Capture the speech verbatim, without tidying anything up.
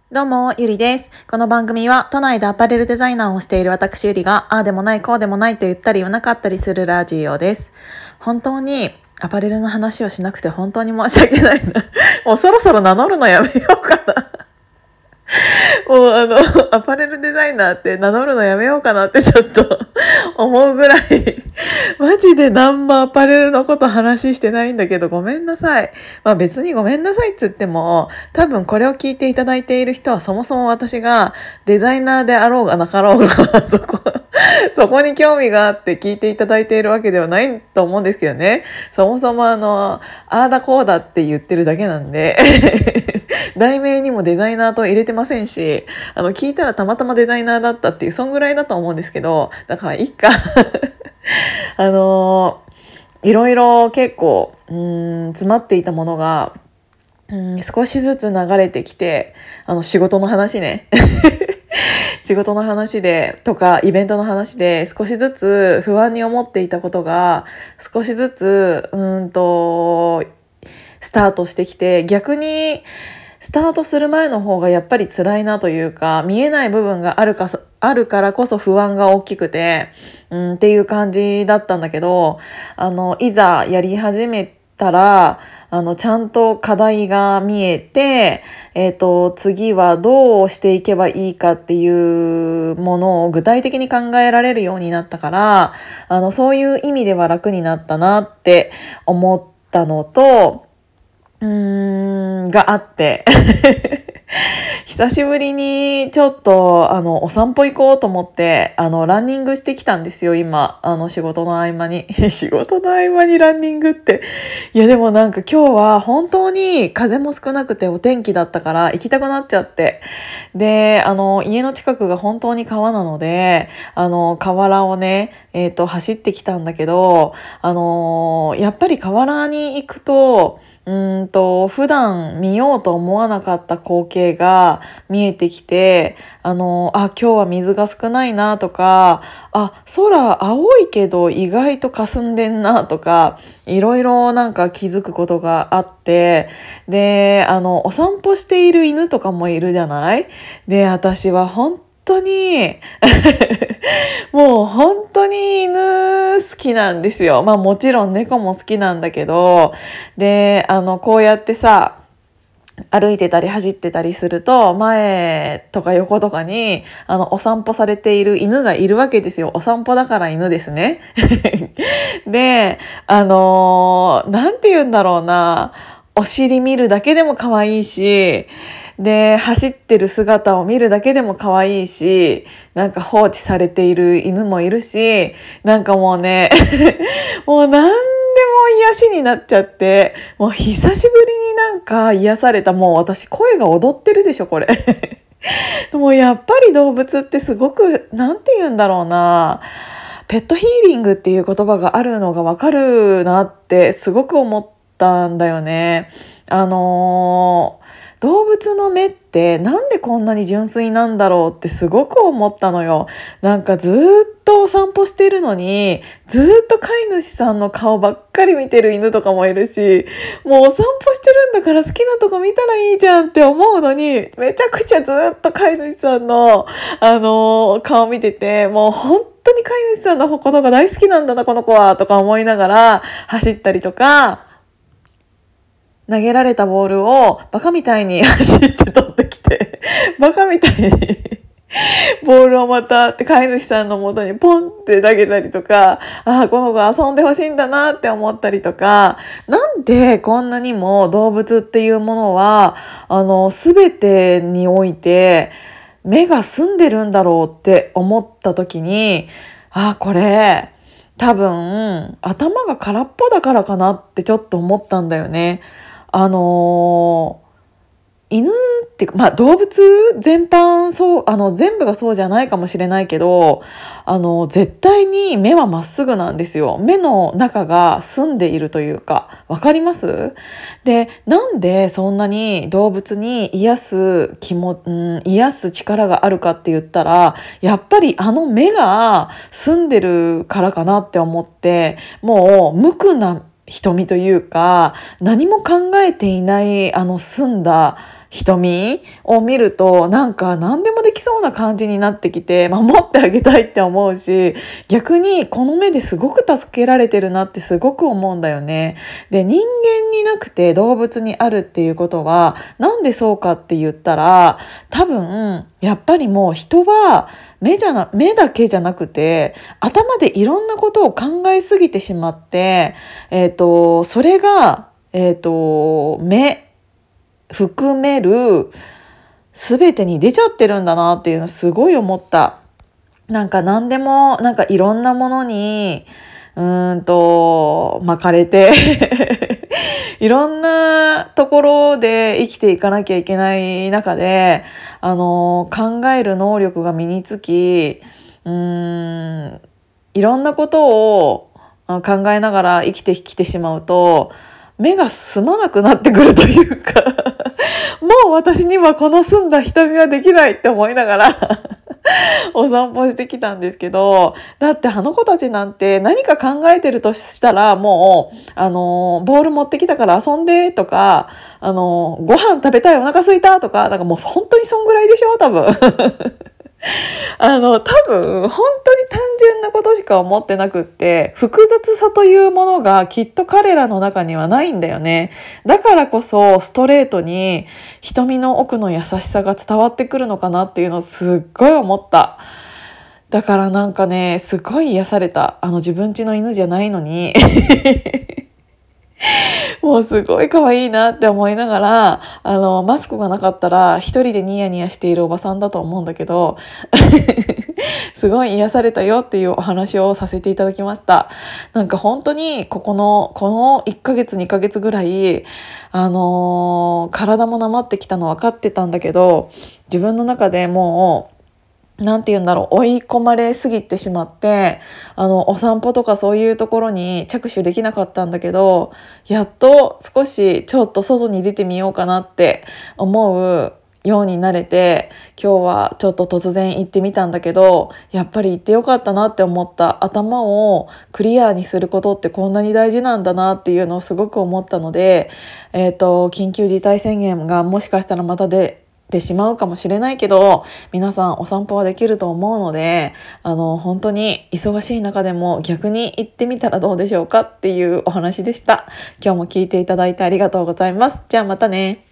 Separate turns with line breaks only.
どうも、ゆりです。この番組は都内でアパレルデザイナーをしている私ゆりが、ああでもないこうでもないと言ったり言わなかったりするラジオです。本当にアパレルの話をしなくて本当に申し訳ないな。もうそろそろ名乗るのやめようかな。もうあの、アパレルデザイナーって名乗るのやめようかなってちょっと思うぐらい、マジで何もアパレルのこと話してないんだけど、ごめんなさい。まあ別にごめんなさいっつっても、多分これを聞いていただいている人はそもそも私がデザイナーであろうがなかろうが、そこ、そこに興味があって聞いていただいているわけではないと思うんですけどね。そもそもあの、ああだこうだって言ってるだけなんで、題名にもデザイナーと入れてませんし、あの、聞いたらたまたまデザイナーだったっていう、そんぐらいだと思うんですけど、だからいっか。あのー、いろいろ結構、うーん、詰まっていたものが、うん、少しずつ流れてきて、あの、仕事の話ね。仕事の話で、とか、イベントの話で、少しずつ不安に思っていたことが、少しずつ、うーんと、スタートしてきて、逆に、スタートする前の方がやっぱり辛いなというか、見えない部分があるか、あるからこそ不安が大きくて、うん、っていう感じだったんだけど、あの、いざやり始めたら、あの、ちゃんと課題が見えて、えっと、次はどうしていけばいいかっていうものを具体的に考えられるようになったから、あの、そういう意味では楽になったなって思ったのと、うーん、があって。久しぶりにちょっとあのお散歩行こうと思ってあのランニングしてきたんですよ今あの仕事の合間に仕事の合間にランニングっていやでもなんか今日は本当に風も少なくてお天気だったから行きたくなっちゃってであの家の近くが本当に川なのであの河原をねえっと走ってきたんだけどあのやっぱり河原に行くとうーんと普段見ようと思わなかった光景が見えてきてあのあ今日は水が少ないなとかあ空青いけど意外と霞んでんなとかいろいろなんか気づくことがあってであのお散歩している犬とかもいるじゃないで私は本当にもう本当に犬好きなんですよ。まあもちろん猫も好きなんだけど、で、あの、こうやってさ、歩いてたり走ってたりすると、前とか横とかに、あの、お散歩されている犬がいるわけですよ。お散歩だから犬ですね。で、あのーなんて言うんだろうな、お尻見るだけでも可愛いし、で、走ってる姿を見るだけでも可愛いし、なんか放置されている犬もいるし、なんかもうね、もう何でも癒しになっちゃって、もう久しぶりになんか癒された、もう私声が踊ってるでしょ、これ。もうやっぱり動物ってすごく、なんて言うんだろうな、ペットヒーリングっていう言葉があるのがわかるなってすごく思ったんだよね。あのー動物の目ってなんでこんなに純粋なんだろうってすごく思ったのよ。なんかずーっとお散歩してるのに、ずーっと飼い主さんの顔ばっかり見てる犬とかもいるし、もうお散歩してるんだから好きなとこ見たらいいじゃんって思うのに、めちゃくちゃずーっと飼い主さんの、あのー顔見てて、もう本当に飼い主さんのことが大好きなんだな、この子は、とか思いながら走ったりとか、投げられたボールをバカみたいに走って取ってきて、バカみたいにボールをまた飼い主さんの元にポンって投げたりとか、ああ、この子遊んでほしいんだなって思ったりとか、なんでこんなにも動物っていうものは、あの、すべてにおいて目が澄んでるんだろうって思った時に、ああ、これ、多分頭が空っぽだからかなってちょっと思ったんだよね。あのー犬っていうか、まあ動物全般そう、あの全部がそうじゃないかもしれないけど、あの絶対に目はまっすぐなんですよ。目の中が澄んでいるというか、わかります？で、なんでそんなに動物に癒す気も、うん、癒す力があるかって言ったら、やっぱりあの目が澄んでるからかなって思って、もう無垢な瞳というか、何も考えていないあの澄んだ瞳を見るとなんか何でもできそうな感じになってきて、守ってあげたいって思うし、逆にこの目ですごく助けられてるなってすごく思うんだよね。で、人間になくて動物にあるっていうことはなんでそうかって言ったら、多分やっぱりもう人は目じゃな目だけじゃなくて頭でいろんなことを考えすぎてしまって、えっとそれがえっと目含める全てに出ちゃってるんだなっていうのすごい思った。なんか何でもなんかいろんなものにうーんと巻かれていろんなところで生きていかなきゃいけない中で、あの考える能力が身につき、うーんいろんなことを考えながら生きてきてしまうと、目が済まなくなってくるというかもう私にはこの澄んだ瞳はできないって思いながらお散歩してきたんですけど、だってあの子たちなんて何か考えてるとしたら、もうあのボール持ってきたから遊んでとか、あのご飯食べたいお腹空いたとか、なんかもう本当にそんぐらいでしょ多分あの多分本当に単純なことしか思ってなくって、複雑さというものがきっと彼らの中にはないんだよね。だからこそストレートに瞳の奥の優しさが伝わってくるのかなっていうのをすっごい思った。だからなんかね、すごい癒された。あの自分家の犬じゃないのにもうすごい可愛いなって思いながら、あのマスクがなかったら一人でニヤニヤしているおばさんだと思うんだけどすごい癒されたよっていうお話をさせていただきました。なんか本当にここのこのいっかげつにかげつぐらい、あのー体もなまってきたの分かってたんだけど、自分の中でもうなんて言うんだろう、追い込まれすぎてしまって、あのお散歩とかそういうところに着手できなかったんだけど、やっと少しちょっと外に出てみようかなって思うようになれて、今日はちょっと突然行ってみたんだけど、やっぱり行ってよかったなって思った。頭をクリアにすることってこんなに大事なんだなっていうのをすごく思ったので、えーと、緊急事態宣言がもしかしたらまたでてしまうかもしれないけど、皆さんお散歩はできると思うので、あの本当に忙しい中でも逆に行ってみたらどうでしょうかっていうお話でした。今日も聞いていただいてありがとうございます。じゃあまたね。